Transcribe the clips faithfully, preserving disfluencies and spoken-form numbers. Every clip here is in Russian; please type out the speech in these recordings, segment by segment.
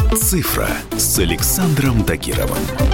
Цифра с Александром Тагировым.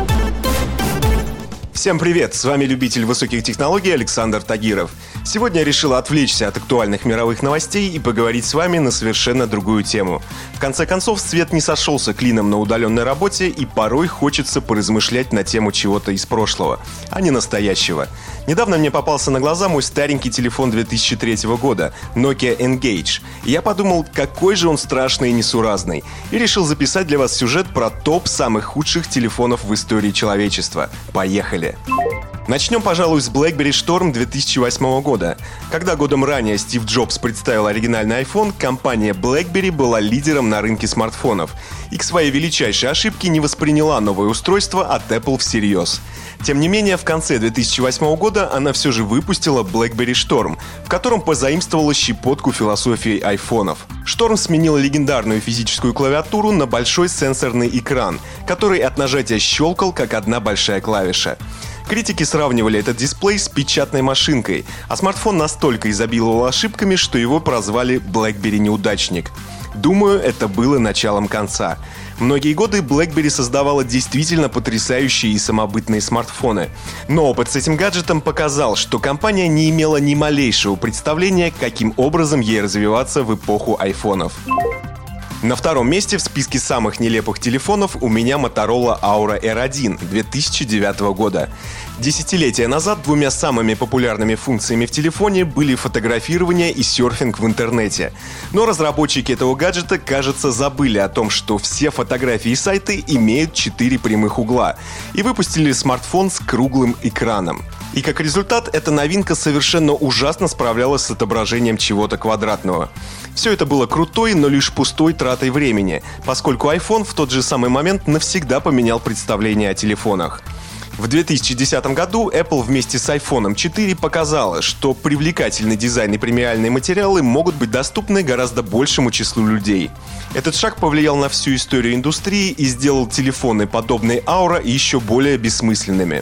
Всем привет! С вами любитель высоких технологий Александр Тагиров. Сегодня я решил отвлечься от актуальных мировых новостей и поговорить с вами на совершенно другую тему. В конце концов, свет не сошелся клином на удаленной работе, и порой хочется поразмышлять на тему чего-то из прошлого, а не настоящего. Недавно мне попался на глаза мой старенький телефон две тысячи третьего года, Nokia N-Gage. И я подумал, какой же он страшный и несуразный. И решил записать для вас сюжет про топ самых худших телефонов в истории человечества. Поехали! Начнем, пожалуй, с BlackBerry Storm две тысячи восьмого года. Когда годом ранее Стив Джобс представил оригинальный iPhone, компания BlackBerry была лидером на рынке смартфонов и к своей величайшей ошибке не восприняла новое устройство от Apple всерьез. Тем не менее, в конце две тысячи восьмого года она все же выпустила BlackBerry Storm, в котором позаимствовала щепотку философии айфонов. Storm сменила легендарную физическую клавиатуру на большой сенсорный экран, который от нажатия щелкал, как одна большая клавиша. Критики сравнивали этот дисплей с печатной машинкой, а смартфон настолько изобиловал ошибками, что его прозвали BlackBerry неудачник. Думаю, это было началом конца. Многие годы BlackBerry создавала действительно потрясающие и самобытные смартфоны. Но опыт с этим гаджетом показал, что компания не имела ни малейшего представления, каким образом ей развиваться в эпоху айфонов. На втором месте в списке самых нелепых телефонов у меня Motorola Aura эр один две тысячи девятого года. Десятилетия назад двумя самыми популярными функциями в телефоне были фотографирование и серфинг в интернете. Но разработчики этого гаджета, кажется, забыли о том, что все фотографии и сайты имеют четыре прямых угла, и выпустили смартфон с круглым экраном. И как результат, эта новинка совершенно ужасно справлялась с отображением чего-то квадратного. Все это было крутой, но лишь пустой тратой времени, поскольку iPhone в тот же самый момент навсегда поменял представление о телефонах. В две тысячи десятом году Apple вместе с айфон четыре показала, что привлекательный дизайн и премиальные материалы могут быть доступны гораздо большему числу людей. Этот шаг повлиял на всю историю индустрии и сделал телефоны, подобные Aura, еще более бессмысленными.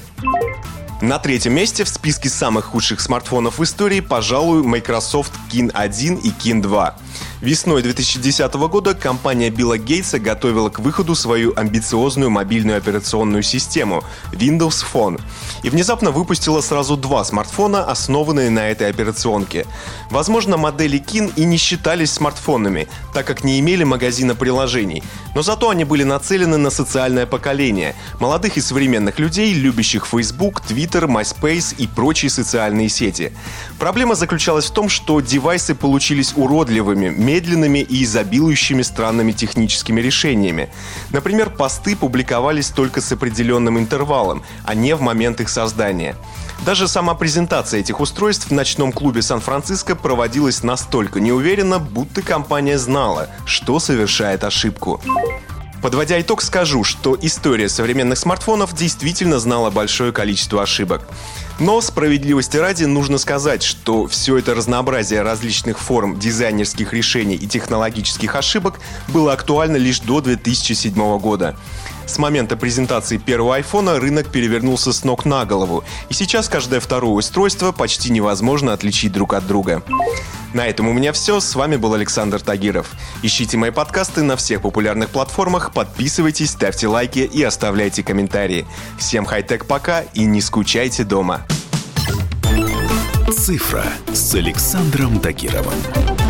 На третьем месте в списке самых худших смартфонов в истории, пожалуй, Microsoft Kin один и Kin два. Весной две тысячи десятого года компания Билла Гейтса готовила к выходу свою амбициозную мобильную операционную систему Windows Phone и внезапно выпустила сразу два смартфона, основанные на этой операционке. Возможно, модели Kin и не считались смартфонами, так как не имели магазина приложений, но зато они были нацелены на социальное поколение, молодых и современных людей, любящих Facebook, Twitter, MySpace и прочие социальные сети. Проблема заключалась в том, что девайсы получились уродливыми, медленными и изобилующими странными техническими решениями. Например, посты публиковались только с определенным интервалом, а не в момент их создания. Даже сама презентация этих устройств в ночном клубе Сан-Франциско проводилась настолько неуверенно, будто компания знала, что совершает ошибку. Подводя итог, скажу, что история современных смартфонов действительно знала большое количество ошибок. Но, справедливости ради, нужно сказать, что все это разнообразие различных форм дизайнерских решений и технологических ошибок было актуально лишь до две тысячи седьмого года. С момента презентации первого айфона рынок перевернулся с ног на голову, и сейчас каждое второе устройство почти невозможно отличить друг от друга. На этом у меня все. С вами был Александр Тагиров. Ищите мои подкасты на всех популярных платформах, подписывайтесь, ставьте лайки и оставляйте комментарии. Всем хай-тек пока и не скучайте дома. Цифра с Александром Тагировым.